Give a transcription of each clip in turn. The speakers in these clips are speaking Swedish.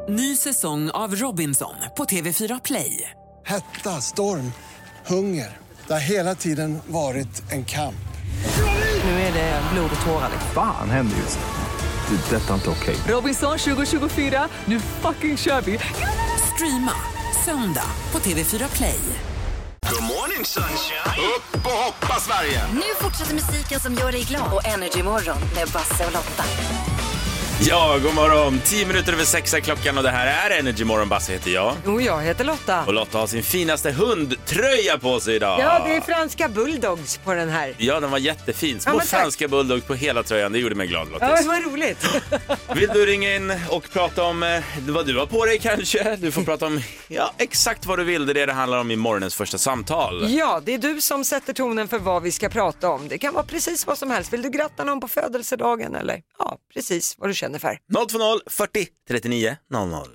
Ny säsong av Robinson på TV4 Play. Hetta, storm, hunger. Det har hela tiden varit en kamp. Nu är det blod och tårar. Fan händer just nu. Det. Detta är inte okej. Robinson 2024, nu fucking kör vi. Streama söndag på TV4 Play. God morning sunshine. Upp och hoppa Sverige. Nu fortsätter musiken som gör dig glad. Och Energy Morgon med Basse och Lotta. Ja, god morgon. 10 minuter över 6 är klockan och det här är Energy Morgon. Basse heter jag. Och jag heter Lotta. Och Lotta har sin finaste hundtröja på sig idag. Ja, det är franska bulldogs på den här. Ja, den var jättefin. Små franska bulldogs på hela tröjan. Det gjorde mig glad, Lotta. Ja, det var roligt. Vill du ringa in och prata om vad du har på dig kanske? Du får prata om exakt vad du vill. Det är det handlar om i morgonens första samtal. Ja, det är du som sätter tonen för vad vi ska prata om. Det kan vara precis vad som helst. Vill du gratta någon på födelsedagen eller? Ja, precis vad du känner för. 020 40 39 00.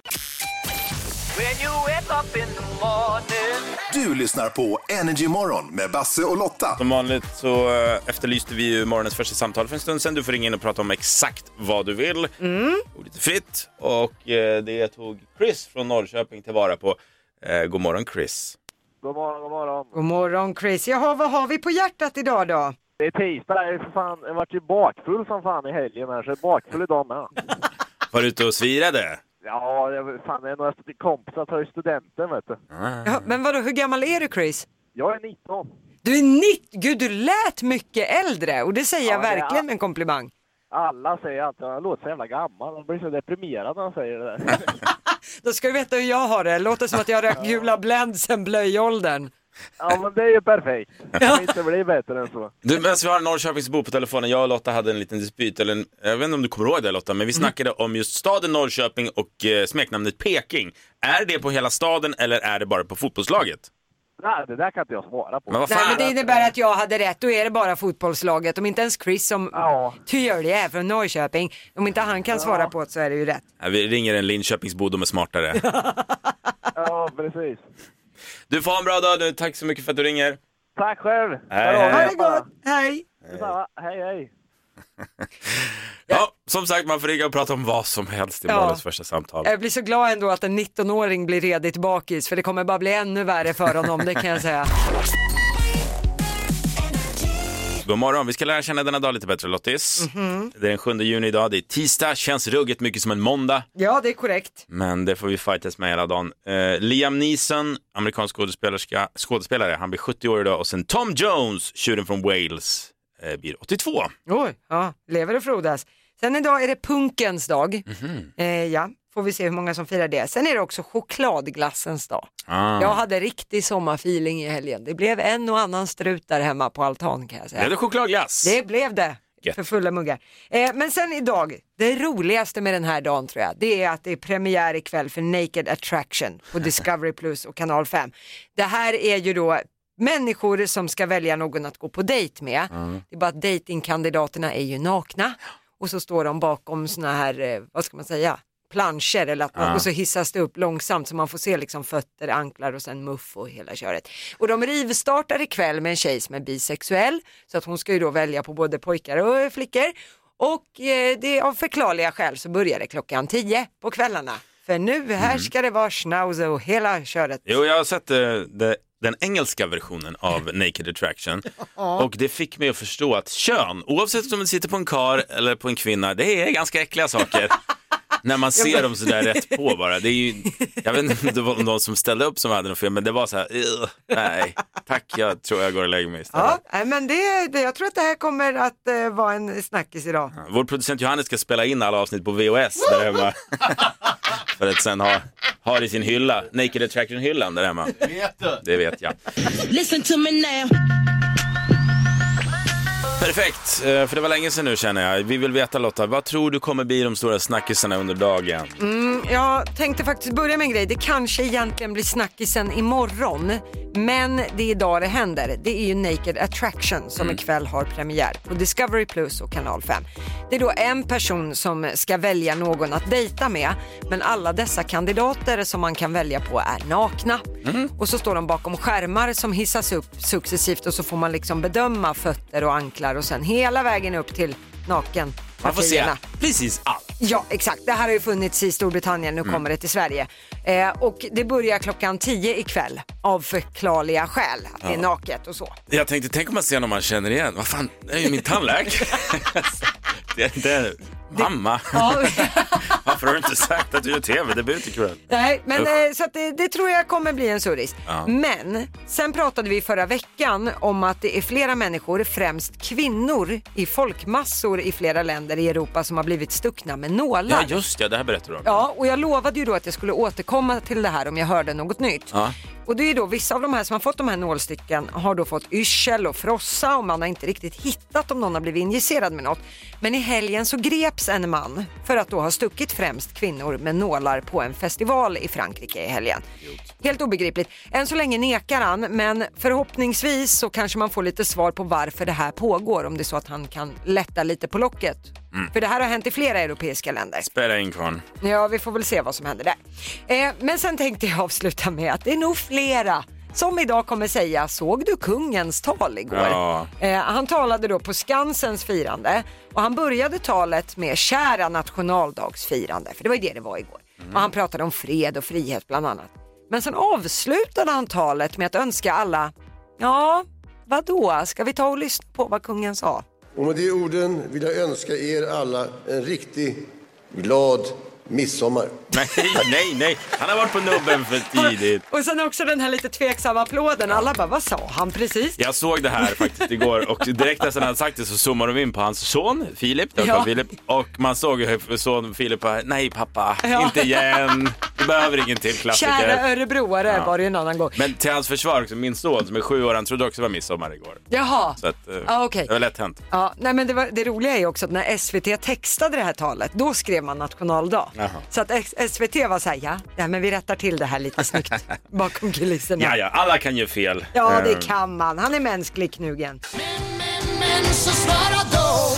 Du lyssnar på Energy Morgon med Basse och Lotta. Som vanligt så efterlyste vi ju morgonens första samtal för en stund sedan. Du får ringa in och prata om exakt vad du vill. Och lite fritt. Och det tog Chris från Norrköping tillvara på. God morgon Chris. God morgon, god morgon. God morgon Chris. Jaha, vad har vi på hjärtat idag då? Det är tisdag, jag vart ju bakfull som fan i helgen här, så jag är bakfull idag med. Var du ute och svirade? Ja, det är några kompisar tar ju studenten, vet du. Ja, men vadå, hur gammal är du Chris? Jag är 19. Du är 19, gud du lät mycket äldre och det säger jag verkligen med en komplimang. Alla säger att jag låter så jävla gammal, de blir så deprimerade när de säger det där. Då ska du veta hur jag har det, låter som att jag har rökt gula Blend sen blöjåldern. Ja, men det är ju perfekt. Det kan inte bli bättre än så. Du, medan vi har Norrköpingsbo på telefonen, jag och Lotta hade en liten dispyt, eller jag vet inte om du kommer ihåg det Lotta, men vi snackade om just staden Norrköping och smeknamnet Peking. Är det på hela staden eller är det bara på fotbollslaget? Nej, det där kan inte jag svara på. Men vad Nej, fan? men det innebär att jag hade rätt, då är det bara fotbollslaget. Om inte ens Chris som tydlig är från Norrköping, om inte han kan svara på det så är det ju rätt. Ja, vi ringer en Linköpingsbo, de är smartare. Ja, precis. Du får ha en bra dag nu, tack så mycket för att du ringer. Tack själv. Hej, Ha hej. det gott, hej! Hej, hej. Ja, som sagt, man får ringa och prata om vad som helst i morgons första samtal. Jag blir så glad ändå att en 19-åring blir redigt bakis, för det kommer bara bli ännu värre för honom, det kan jag säga. God morgon, vi ska lära känna denna dag lite bättre, Lottis. Det är den 7 juni idag, det är tisdag, känns ruggigt mycket som en måndag. Ja, det är korrekt. Men det får vi fightas med hela dagen. Liam Neeson, amerikansk skådespelare, han blir 70 år idag. Och sen Tom Jones, tjuren från Wales, blir 82. Oj, ja, lever och frodas. Sen idag är det punkens dag. Ja, får vi se hur många som firar det. Sen är det också chokladglassens dag. Jag hade riktig sommarfeeling i helgen. Det blev en och annan strut där hemma på altan, kan jag säga. Blev det chokladglass? Det blev det. För fulla muggar. Men sen idag, det roligaste med den här dagen tror jag, det är att det är premiär ikväll för Naked Attraction på Discovery Plus och Kanal 5. Det här är ju då människor som ska välja någon att gå på dejt med. Det är bara att datingkandidaterna är ju nakna. Och så står de bakom såna här, vad ska man säga, planscher eller att och så hissas det upp långsamt så man får se liksom fötter, anklar och sen muff och hela köret. Och de rivstartar ikväll med en tjej som är bisexuell, så att hon ska ju då välja på både pojkar och flickor. Och det av förklarliga skäl så börjar det klockan 10 på kvällarna. För nu här ska det vara schnauze och hela köret. Jo, jag har sett den engelska versionen av Naked Attraction. Och det fick mig att förstå att kön, oavsett om man sitter på en kar eller på en kvinna, det är ganska äckliga saker. När man ser dem så där rätt på bara. Det är ju, jag vet inte om det var någon som ställde upp som hade något fel, men det var så här, nej, tack, jag tror jag går och lägger mig istället. Ja, men jag tror att det här kommer att vara en snackis idag. Ja, vår producent Johannes ska spela in alla avsnitt på VHS där hemma. För att sen ha det i sin hylla, Naked Attraction-hyllan där hemma. Det vet jag. Listen to me now. Perfekt, för det var länge sedan nu känner jag. Vi vill veta Lotta, vad tror du kommer bli de stora snackisarna under dagen? Jag tänkte faktiskt börja med en grej. Det kanske egentligen blir snackisen imorgon, men det är idag det händer. Det är ju Naked Attraction som ikväll har premiär på Discovery Plus och Kanal 5. Det är då en person som ska välja någon att dejta med, men alla dessa kandidater som man kan välja på är nakna. Och så står de bakom skärmar som hissas upp successivt och så får man liksom bedöma fötter och anklar och sen hela vägen upp till naken. Man får se precis allt. Ja, exakt. Det här har ju funnits i Storbritannien, nu kommer det till Sverige. Och det börjar 10:00 ikväll av förklarliga skäl. Att det är naket och så. Jag tänkte, tänk om man ser någon man känner igen. Vad fan, det är ju min tandläkare. Mamma. Ja. Varför har du inte sagt att du gör tv? Det blir inte kul. Nej, men så att det tror jag kommer bli en surris. Ja. Men sen pratade vi förra veckan om att det är flera människor, främst kvinnor i folkmassor i flera länder i Europa som har blivit stuckna med nålar. Ja, just det. Det här berättar du om. Ja, och jag lovade ju då att jag skulle återkomma till det här om jag hörde något nytt. Ja. Och det är då vissa av de här som har fått de här nålstycken har då fått yrsel och frossa och man har inte riktigt hittat om någon har blivit injicerad med något. Men i helgen så greps en man för att då ha stuckit främst kvinnor med nålar på en festival i Frankrike i helgen. Helt obegripligt. Än så länge nekar han, men förhoppningsvis så kanske man får lite svar på varför det här pågår, om det är så att han kan lätta lite på locket. För det här har hänt i flera europeiska länder. Spela in kvarn. Ja, vi får väl se vad som händer där. Men sen tänkte jag avsluta med att det är nog flera som idag kommer säga, såg du kungens tal igår? Ja. Han talade då på Skansens firande och han började talet med kära nationaldagsfirande, för det var ju det var igår. Och han pratade om fred och frihet bland annat. Men sen avslutade han talet med att önska alla, ja, vadå? Ska vi ta och lyssna på vad kungen sa? Och med de orden vill jag önska er alla en riktigt glad midsommar. Nej. Han har varit på nubben för tidigt. Och sen också den här lite tveksamma applåden. Alla bara, vad sa han precis? Jag såg det här faktiskt igår och direkt efter han hade sagt det så zoomade de in på hans son Filip. Filip, och man såg hur son Filip bara, nej pappa, inte igen. Du behöver ingen till klassiker. Kära örebroare var det en annan gång. Men till hans försvar också, min son som är 7 år, han trodde också det var midsommar igår. Jaha. Så att, okay. Det var lätt hänt. Ja, nej, men det roliga är ju också att när SVT textade det här talet, då skrev man nationaldag. Jaha. Så att SVT var så här, ja, men vi rättar till det här lite snyggt bakom kulisserna. Ja, alla kan ju fel. Ja, det kan man. Han är mänsklig, Knugen. Men så svara då.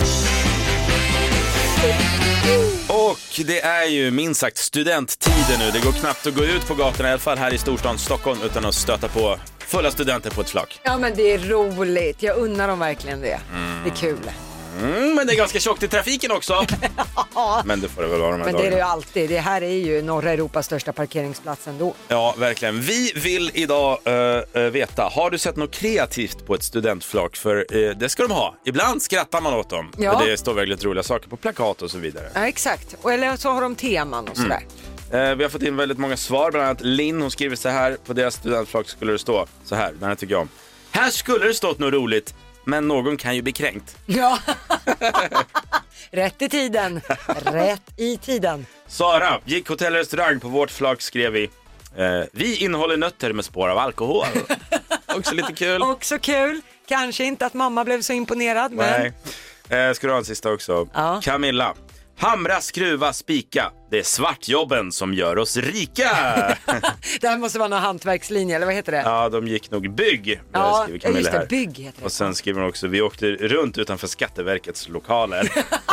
Och det är ju minst sagt studenttider nu. Det går knappt att gå ut på gatorna, i alla fall här i storstan Stockholm, utan att stöta på fulla studenter på ett flak. Ja, men det är roligt. Jag unnar dem verkligen det. Det är kul. Men det är ganska tjockt i trafiken också. Men det får det väl vara de här dagarna. Men det är det ju alltid. Det här är ju norra Europas största parkeringsplats ändå. Ja, verkligen. Vi vill idag veta, har du sett något kreativt på ett studentflak? För det ska de ha. Ibland skrattar man åt dem. Ja. För det står väldigt roliga saker på plakat och så vidare. Ja, exakt. Eller så har de teman och sådär. Vi har fått in väldigt många svar. Bland annat Linn, hon skriver så här. På deras studentflak skulle det stå så här. Den här tycker jag om. Här skulle det stått något roligt. Men någon kan ju bli kränkt. Ja. Rätt i tiden. Rätt i tiden. Sara, gick hotell och restaurang, på vårt flak skrev vi. Vi innehåller nötter med spår av alkohol. Också lite kul. Också kul. Kanske inte att mamma blev så imponerad. Men... Nej. Ska du ha en sista också? Ja. Camilla. Hamra, skruva, spika. Det är svartjobben som gör oss rika. Det här måste vara någon hantverkslinje, eller vad heter det? Ja, de gick nog bygg. Ja, just det, bygg heter det. Och sen skriver de också, vi åkte runt utanför Skatteverkets lokaler.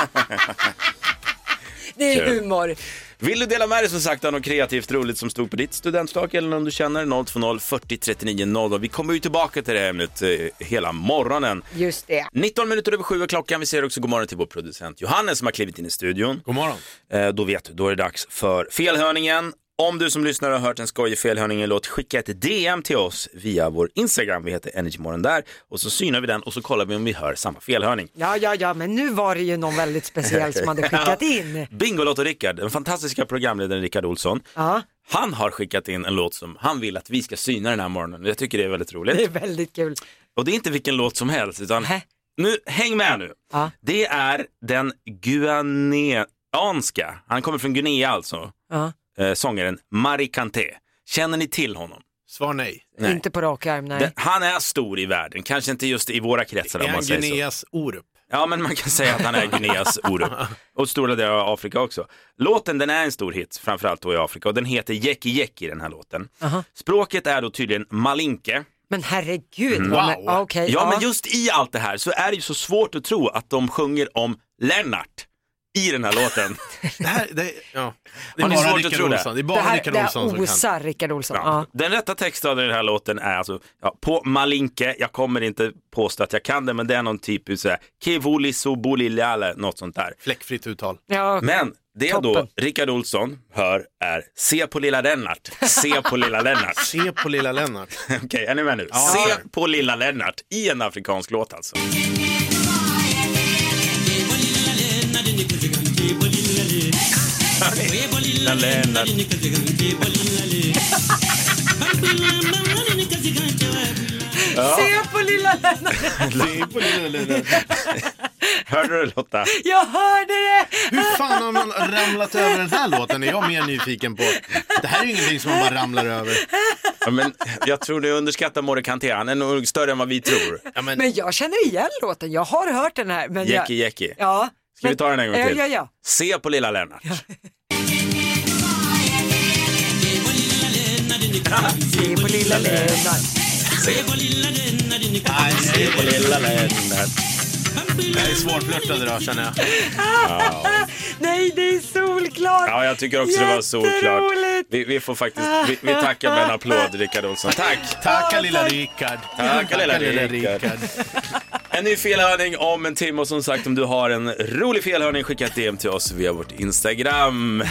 Det är humor. Vill du dela med dig som sagt av något kreativt roligt som stod på ditt studentflak eller om du känner 020 40 39 0. Vi kommer ju tillbaka till det här ämnet hela morgonen. Just det. 19 minuter över 7 klockan. Vi säger också god morgon till vår producent Johannes som har klivit in i studion. God morgon. Då vet du, då är det dags för felhörningen. Om du som lyssnar har hört en skojig felhörning, låt skicka ett DM till oss via vår Instagram. Vi heter Energymorgon där. Och så synar vi den och så kollar vi om vi hör samma felhörning. Ja, men nu var det ju någon väldigt speciell som hade skickat in. Bingolotto Rickard, den fantastiska programledaren Rickard Olsson. Ja. Han har skickat in en låt som han vill att vi ska syna den här morgonen. Jag tycker det är väldigt roligt. Det är väldigt kul. Och det är inte vilken låt som helst, utan nu, häng med nu. Ja. Det är den guineanska, han kommer från Guinea alltså. Ja. Sångaren Mari Kanté. Känner ni till honom? Svar nej. Inte på rak arm, nej. Han är stor i världen, kanske inte just i våra kretsar om man säger så. Guineas Orup. Ja, men man kan säga att han är Guineas Orup. Och stora delar av Afrika också. Låten, den är en stor hit, framförallt då i Afrika. Och den heter Jeki Jeki, den här låten. Språket är då tydligen malinke. Men herregud. Wow. Okay, ja, men just i allt det här så är det ju så svårt att tro att de sjunger om Lennart. i den här låten. Det är Har ni bara svårt att Rickard tro det? Olsson. Det är bara Rickard Olsson som kan. osar Rickard Olsson. Ja. Den rätta textraden i den här låten är alltså på malinke, jag kommer inte påstå att jag kan det, men det är någon typ så här Kevolisobolilale, något sånt där. Fläckfritt uttal. Ja, Men det toppen. då Rickard Olsson hör är se på lilla Lennart. Se på lilla Lennart. Se på lilla Lennart. Okej, är ni med nu? Ja. Se på lilla Lennart i en afrikansk låt alltså. Lilla Lennart. Se på lilla Lennart. Se på lilla Lennart. Hörde du det, Lotta? Jag hörde det. Hur fan har man ramlat över den här låten? Är jag mer nyfiken på. Det här är ju ingenting som man bara ramlar över. Ja, men jag tror du underskattar Morre Kanté. Han är nog större än vad vi tror. Ja, Men jag känner igen låten. Jag har hört den här. Men Jackie. Ja. Ska vi ta den en gång till? Ja. Se på lilla Lennart. Se på lilla Lennart. Se på lilla Lennart. Jag är svårflörtad idag, känner jag. Nej, det är solklart. Ja, jag tycker också det var solklart. Vi får faktiskt, vi tackar med en applåd, Rickard Olsson. Tack! Tacka lilla Rickard. Tacka lilla Rickard. En ny felhörning om en timme, och som sagt, om du har en rolig felhörning, skicka ett DM till oss via vårt Instagram.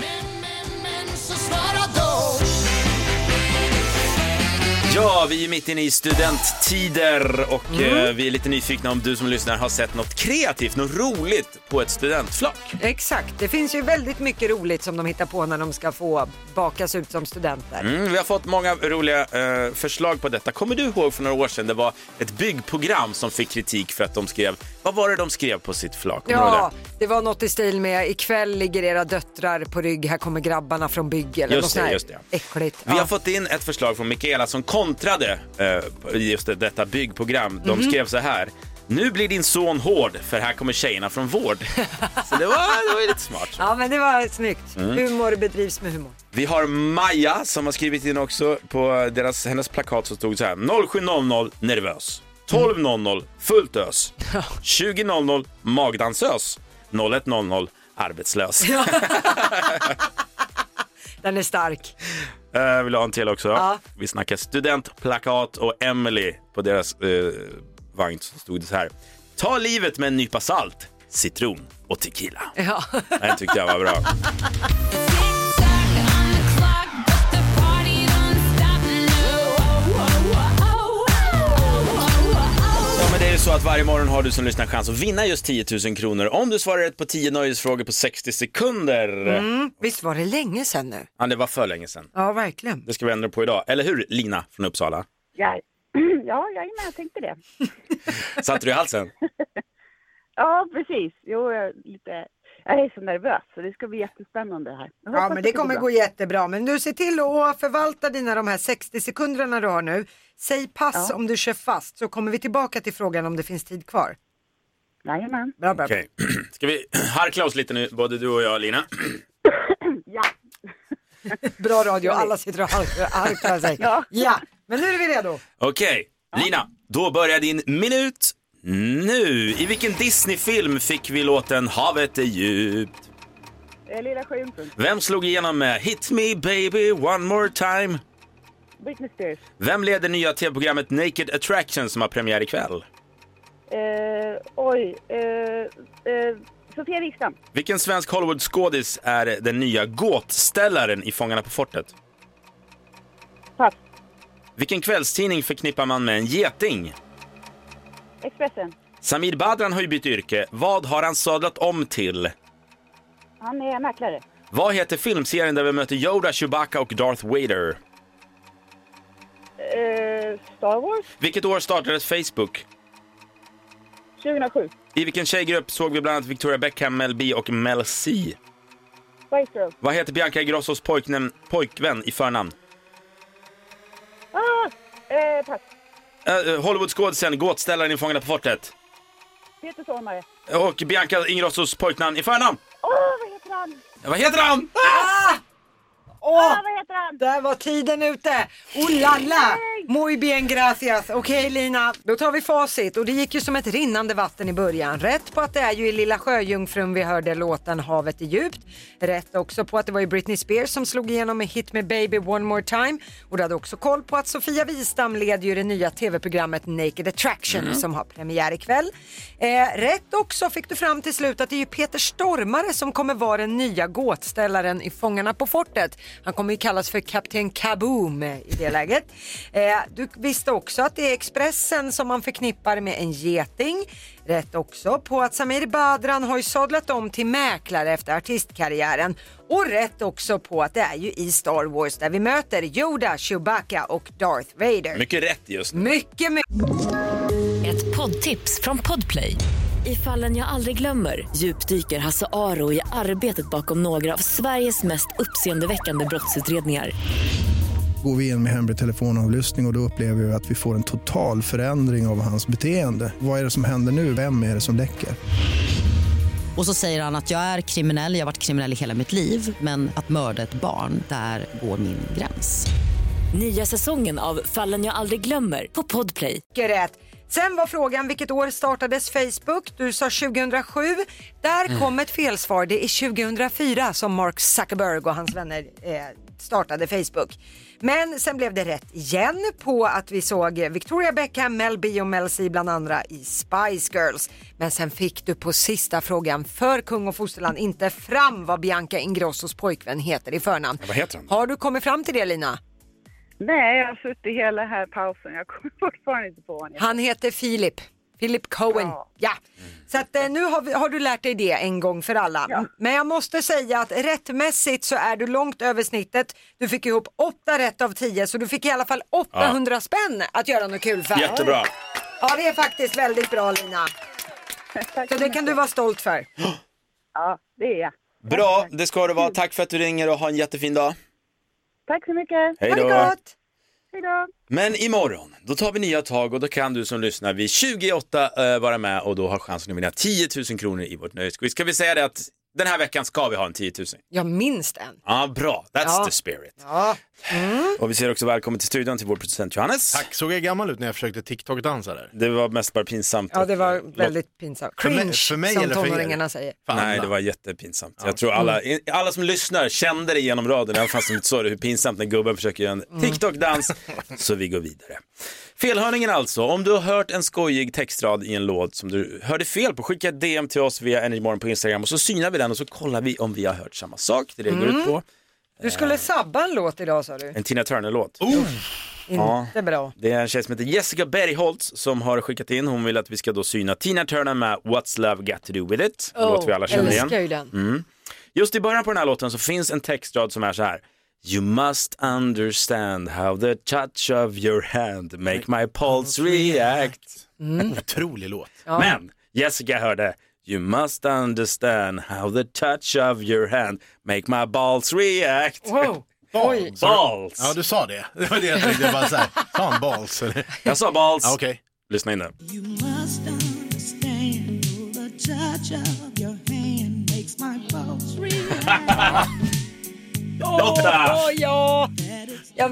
Ja, vi är mitt inne i studenttider och vi är lite nyfikna om du som lyssnar har sett något kreativt, något roligt på ett studentflak. Exakt, det finns ju väldigt mycket roligt som de hittar på när de ska få bakas ut som studenter. Vi har fått många roliga förslag på detta. Kommer du ihåg för några år sedan det var ett byggprogram som fick kritik för att de skrev, vad var det de skrev på sitt flak? Ja, det var något i stil med ikväll ligger era döttrar på rygg, här kommer grabbarna från bygg eller just det. Äckligt. Vi har fått in ett förslag från Mikaela som kontrade just detta byggprogram. De skrev så här: nu blir din son hård för här kommer tjejerna från vård. Så det var lite smart. Ja, men det var snyggt. Humor bedrivs med humor. Vi har Maja som har skrivit in också på hennes plakat, så stod det så här: 07:00 nervös, 12:00 fullt ös, 20:00 magdansös, 01:00 arbetslös. Den är stark. Vill ha en till också. Ja. Vi snackar studentplakat och Emily på deras vagn så stod det så här: ta livet med en nypa salt, citron och tequila. Ja. Det tyckte jag var bra. Men det är ju så att varje morgon har du som lyssnar chans att vinna just 10 000 kronor om du svarar rätt på 10 nöjesfrågor på 60 sekunder. Visst var det länge sedan nu? Ja, det var för länge sedan. Ja, verkligen. Det ska vi ändra på idag. Eller hur, Lina från Uppsala? Ja, jag är med, jag tänkte det. Satt du i halsen? Ja, precis. Jo, jag är så nervös så det ska bli jättespännande här. Ja, men det kommer gå jättebra. Men du ser till att förvalta de här 60 sekunderna du har nu. Säg pass om du kör fast, så kommer vi tillbaka till frågan om det finns tid kvar. Jajamän. Bra. Okej. Ska vi harkla oss lite nu, både du och jag, Lina? Ja. Bra radio, alla sitter och harklar sig. Ja, men nu är vi redo. Okej, Lina, då börjar din minut nu. I vilken Disney-film fick vi låten Havet är djupt? Lilla Sjöjungfrun. Vem slog igenom med Hit Me Baby One More Time? Britney Spears. Vem leder nya tv-programmet Naked Attraction som har premiär ikväll? Sofia Wikström. Vilken svensk Hollywood-skådis är den nya gåtställaren i Fångarna på fortet? Pass. Vilken kvällstidning förknippar man med en geting? Expressen. Samir Badran har ju bytt yrke. Vad har han sadlat om till? Han är mäklare. Vad heter filmserien där vi möter Yoda, Chewbacca och Darth Vader? Star Wars. Vilket år startades Facebook? 2007. I vilken tjejgrupp såg vi bland annat Victoria Beckham, Mel B och Mel C? Spice Girls. Vad heter Bianca Ingrossos pojkvän i förnamn? Pass. Hollywoodskådisen, gåtställaren i Fångarna på fortet. Peter Solmare. Och Bianca Ingrossos pojknamn i förnamn? Vad heter han? Vad heter han? Vad heter han? Där var tiden ute. Oh la la. Muy bien, gracias. Okej, Lina, då tar vi facit. Och det gick ju som ett rinnande vatten i början. Rätt på att det är ju i Lilla Sjöjungfrun vi hörde låten Havet är djupt. Rätt också på att det var ju Britney Spears som slog igenom med Hit Me Baby One More Time. Och du hade också koll på att Sofia Wistam leder ju det nya tv-programmet Naked Attraction som har premiär ikväll. Rätt också fick du fram till slut att det är ju Peter Stormare som kommer vara den nya gåtställaren i Fångarna på fortet. Han kommer ju kallas för Kapten Kaboom i det läget. Du visste också att det är Expressen som man förknippar med en geting. Rätt också på att Samir Badran har ju sadlat om till mäklare efter artistkarriären. Och rätt också på att det är ju i Star Wars där vi möter Yoda, Chewbacca och Darth Vader. Mycket rätt just nu. Mycket. Ett poddtips från Podplay. I Fallen jag aldrig glömmer djupdyker Hasse Aro i arbetet bakom några av Sveriges mest uppseendeväckande brottsutredningar. Går vi in med hemlig telefonavlyssning och då upplever vi att vi får en total förändring av hans beteende. Vad är det som händer nu? Vem är det som läcker? Och så säger han att jag är kriminell, jag har varit kriminell i hela mitt liv. Men att mörda ett barn, där går min gräns. Nya säsongen av Fallen jag aldrig glömmer på Podplay. Rätt. Sen var frågan vilket år startades Facebook. Du sa 2007. Där kom ett felsvar. Det är 2004 som Mark Zuckerberg och hans vänner startade Facebook. Men sen blev det rätt igen på att vi såg Victoria Beckham, Mel B och Mel C bland andra i Spice Girls. Men sen fick du på sista frågan för kung och fosterland inte fram vad Bianca Ingrossos pojkvän heter i förnamn. Vad heter han? Har du kommit fram till det, Lina? Nej, jag har suttit hela här pausen. Jag kommer fortfarande inte på honom. Han heter Philip Cohen. Ja. Så att, nu har du lärt dig det en gång för alla. Ja. Men jag måste säga att rättmässigt så är du långt över snittet. Du fick ihop 8 rätt av 10, så du fick i alla fall 800 spänn att göra något kul för. Jättebra. Ja, det är faktiskt väldigt bra, Lina. Så det kan du vara stolt för. Ja, det är jag. Bra, det ska det vara. Tack för att du ringer och ha en jättefin dag. Tack så mycket. Hej då. Ha det gott. Hej då. Men imorgon, då tar vi nya tag och då kan du som lyssnar vid 28 vara med och då har chansen att vinna 10 000 kronor i vårt nöjesquiz. Ska vi säga det att den här veckan ska vi ha en 10 000? Ja, minst en. Ja, bra. That's the spirit. Ja. Och vi säger också välkommen till studion till vår producent Johannes. Tack, såg jag gammal ut när jag försökte TikTok-dansa där? Det var mest bara pinsamt. Ja, det var väldigt pinsamt. Cringe, för mig som tonåringarna säger. Nej, det var jättepinsamt. Jag tror alla som lyssnar kände det genom radion, även fast de inte såg det, hur pinsamt när gubben försöker göra en TikTok-dans. Så vi går vidare. Felhörningen alltså. Om du har hört en skojig textrad i en låt som du hörde fel på, skicka ett DM till oss via Energymorgon på Instagram och så synar vi den och så kollar vi om vi har hört samma sak. Det går ut på. Du skulle sabba en låt idag, sa du. En Tina Turner-låt. Inte bra. Det är en tjej som heter Jessica Bergholtz som har skickat in. Hon vill att vi ska då syna Tina Turner med What's Love Got To Do With It. Låt vi alla känner igen. Älskar ju den. Just i början på den här låten så finns en textrad som är så här: You must understand how the touch of your hand make my pulse react. Otrolig låt. Ja. Men Jessica hörde You must understand how the touch of your hand make my balls react. Wow. Oj. Balls. Ja, du sa det. Det var det jag tänkte bara så här. Sa han balls eller? Jag sa balls. Ja, okej. Lyssna in nu. You must understand the touch of your hand makes my balls react. Ja. Jag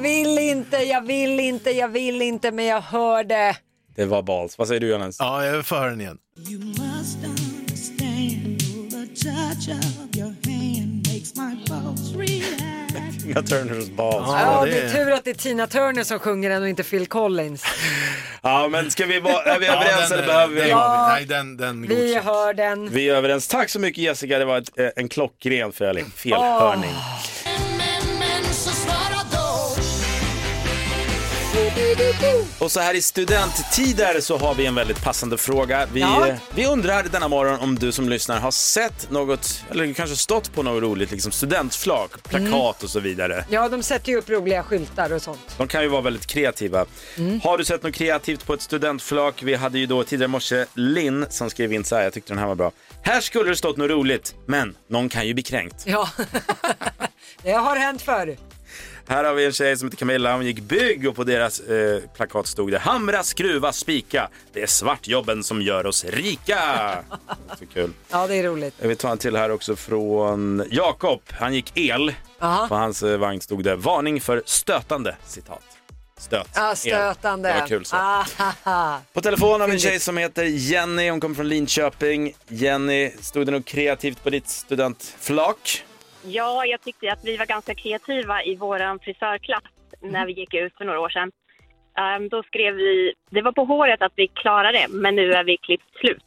vill inte, men jag hör det. Det var balls. Vad säger du, Jonas? Ja, jag får höra den igen. You must understand the touch of your hand makes my balls react. Tina Turners balls. Ja, det är tur att det är Tina Turner som sjunger den och inte Phil Collins. Ja, men ska vi är vi överens eller behöver vi? Nej, den vi hör den. Vi är överens. Tack så mycket, Jessica. Det var en klockren felhörning. Och så här i studenttider så har vi en väldigt passande fråga. Vi undrar denna morgon om du som lyssnar har sett något, eller kanske stått på något roligt, liksom studentflak, plakat och så vidare. Ja, de sätter ju upp roliga skyltar och sånt. De kan ju vara väldigt kreativa. Har du sett något kreativt på ett studentflak? Vi hade ju då tidigare i morse Linn som skrev in så här, jag tyckte den här var bra. Här skulle det stått något roligt, men någon kan ju bli kränkt. Ja, det har hänt förr. Här har vi en tjej som heter Camilla, hon gick bygg och på deras plakat stod det: hamra, skruva, spika. Det är svartjobben som gör oss rika. Så kul. Ja, det är roligt. Jag vill ta en till här också från Jakob. Han gick el. På hans vagn stod det: varning för stötande, citat. Stötande. Det var kul så. På telefon har vi en tjej som heter Jenny. Hon kommer från Linköping. Jenny, stod det något kreativt på ditt studentflak? Ja, jag tyckte att vi var ganska kreativa i våran frisörklass när vi gick ut för några år sedan. Då skrev vi, det var på håret att vi klarade det, men nu är vi klippt slut.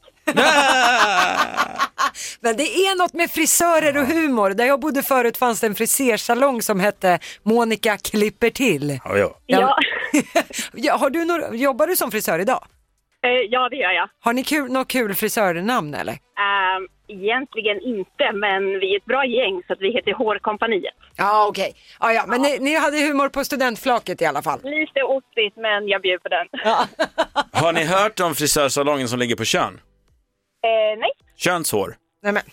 Men det är något med frisörer och humor. Där jag bodde förut fanns det en frisersalong som hette Monica klipper till. Ja. Jobbar du som frisör idag? Ja, det gör jag. Har ni något kul frisörnamn eller? Egentligen inte, men vi är ett bra gäng så att vi heter Hårkompaniet. Ja, okej. Ja, men ni hade humor på studentflaket i alla fall. Lite ostigt, men jag bjuder på den. Ja. Har ni hört om frisörsalongen som ligger på Tjörn? Nej. Könshår. Nej men.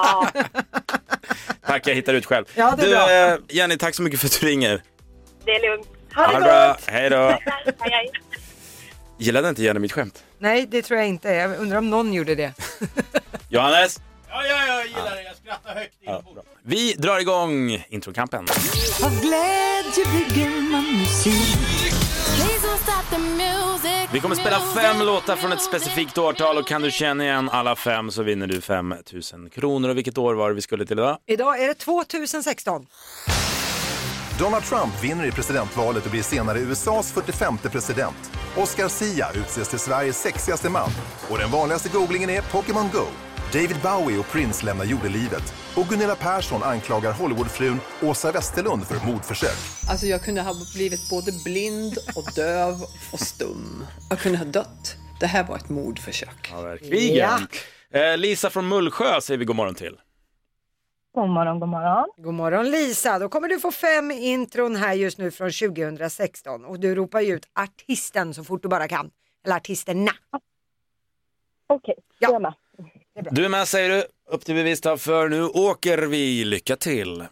Tack, jag hittar ut själv. Ja, det är bra. Jenny, tack så mycket för att du ringer. Det är lugnt. Ha det bra. Hej då. Hej. Gillade inte Jenny mitt skämt? Nej, det tror jag inte. Jag undrar om någon gjorde det. Johannes? Ja, jag gillar det. Jag skrattar högt inombords. Vi drar igång introkampen. Av glädje bygger man musik. Vi kommer spela 5 låtar från ett specifikt årtal och kan du känna igen alla 5 så vinner du 5 000 kronor. Och vilket år var det vi skulle till idag? Idag är det 2016. Donald Trump vinner i presidentvalet och blir senare USAs 45:e president. Oscar Sia utses till Sveriges sexigaste man. Och den vanligaste googlingen är Pokémon Go. David Bowie och Prince lämnar jordelivet. Och Gunilla Persson anklagar Hollywoodfrun Åsa Westerlund för mordförsök. Alltså jag kunde ha blivit både blind och döv och stum. Jag kunde ha dött. Det här var ett mordförsök. Ja, verkligen. Ja. Lisa från Mullsjö säger vi god morgon till. God morgon, god morgon. God morgon Lisa, då kommer du få 5 intron här just nu från 2016. Och du ropar ju ut artisten så fort du bara kan. Eller artisterna. Okej, jag är med. Du är med säger du, upp till bevis då, för nu åker vi, lycka till.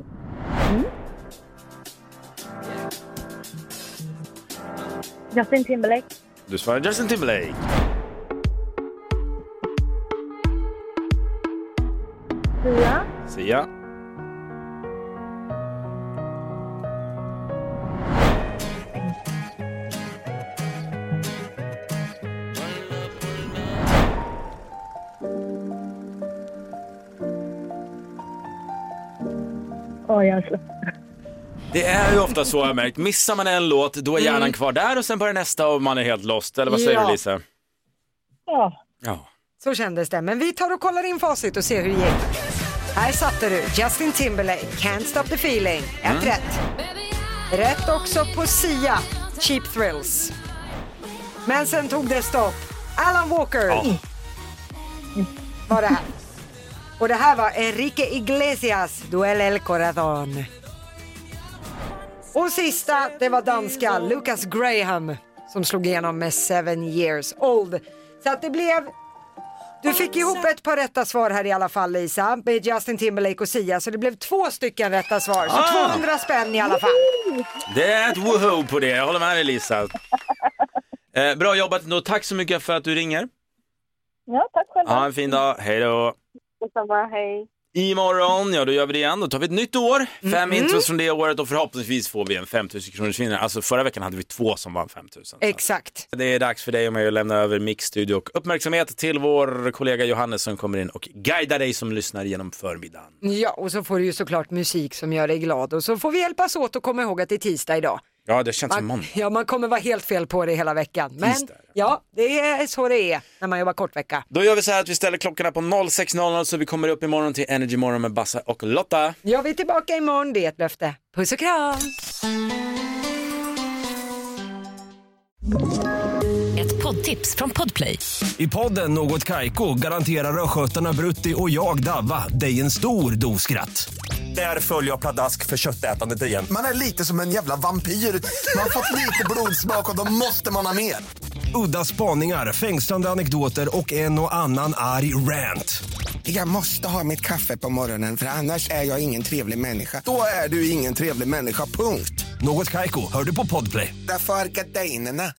Justin Timberlake. Du svarar Justin Timberlake. Sia. Det är ju ofta så jag har märkt. Missar man en låt, då är hjärnan kvar där och sen börjar nästa och man är helt lost. Eller vad säger du Lisa? Ja. Så kändes det. Men vi tar och kollar in facit och ser hur det gick. Här satte du Justin Timberlake, Can't Stop the Feeling. Rätt. Rätt också på Sia, Cheap Thrills. Men sen tog det stopp. Alan Walker. Var det här. Och det här var Enrique Iglesias, Duele el Corazón. Och sista, det var danska Lucas Graham som slog igenom med 7 Years Old. Så att det blev... Du fick ihop ett par rätta svar här i alla fall Lisa, med Justin Timberlake och Sia. Så det blev 2 stycken rätta svar, så 200 spänn i alla fall. Det är ett woho på det, jag håller med dig Lisa. Bra jobbat ändå, tack så mycket för att du ringer. Ja, tack själv. Ha en fin dag, hej då. Detsamma, hej. Imorgon, ja då gör vi det igen. Då tar vi ett nytt år. 5 intros från det året och förhoppningsvis får vi en 5 000 kronors vinnare. Alltså förra veckan hade vi 2 som var 5 000. Exakt. Det är dags för dig och mig att lämna över mixstudio och uppmärksamhet till vår kollega Johannes som kommer in och guidar dig som lyssnar genom förmiddagen. Ja, och så får du ju såklart musik som gör dig glad. Och så får vi hjälpas åt att komma ihåg att det är tisdag idag. Ja, det känns som måndag. Ja, man kommer vara helt fel på det hela veckan. Men ja, det är så det är när man jobbar kortvecka. Då gör vi så här att vi ställer klockorna på 06.00 så vi kommer upp imorgon till Energy Morgon med Bassa och Lotta. Ja, vi är tillbaka imorgon, det är ett löfte. Puss och kram! Ett poddtips från Podplay. I podden Något Kaiko garanterar röskötarna Brutti och jag Davva dig en stor doskratt. Där följer jag pladask för köttätandet igen. Man är lite som en jävla vampyr. Man har fått lite blodsmak och då måste man ha mer. Udda spaningar, fängslande anekdoter och en och annan arg rant. Jag måste ha mitt kaffe på morgonen för annars är jag ingen trevlig människa. Då är du ingen trevlig människa, punkt. Något Kaiko, hör du på Podplay. Därför är gardinerna.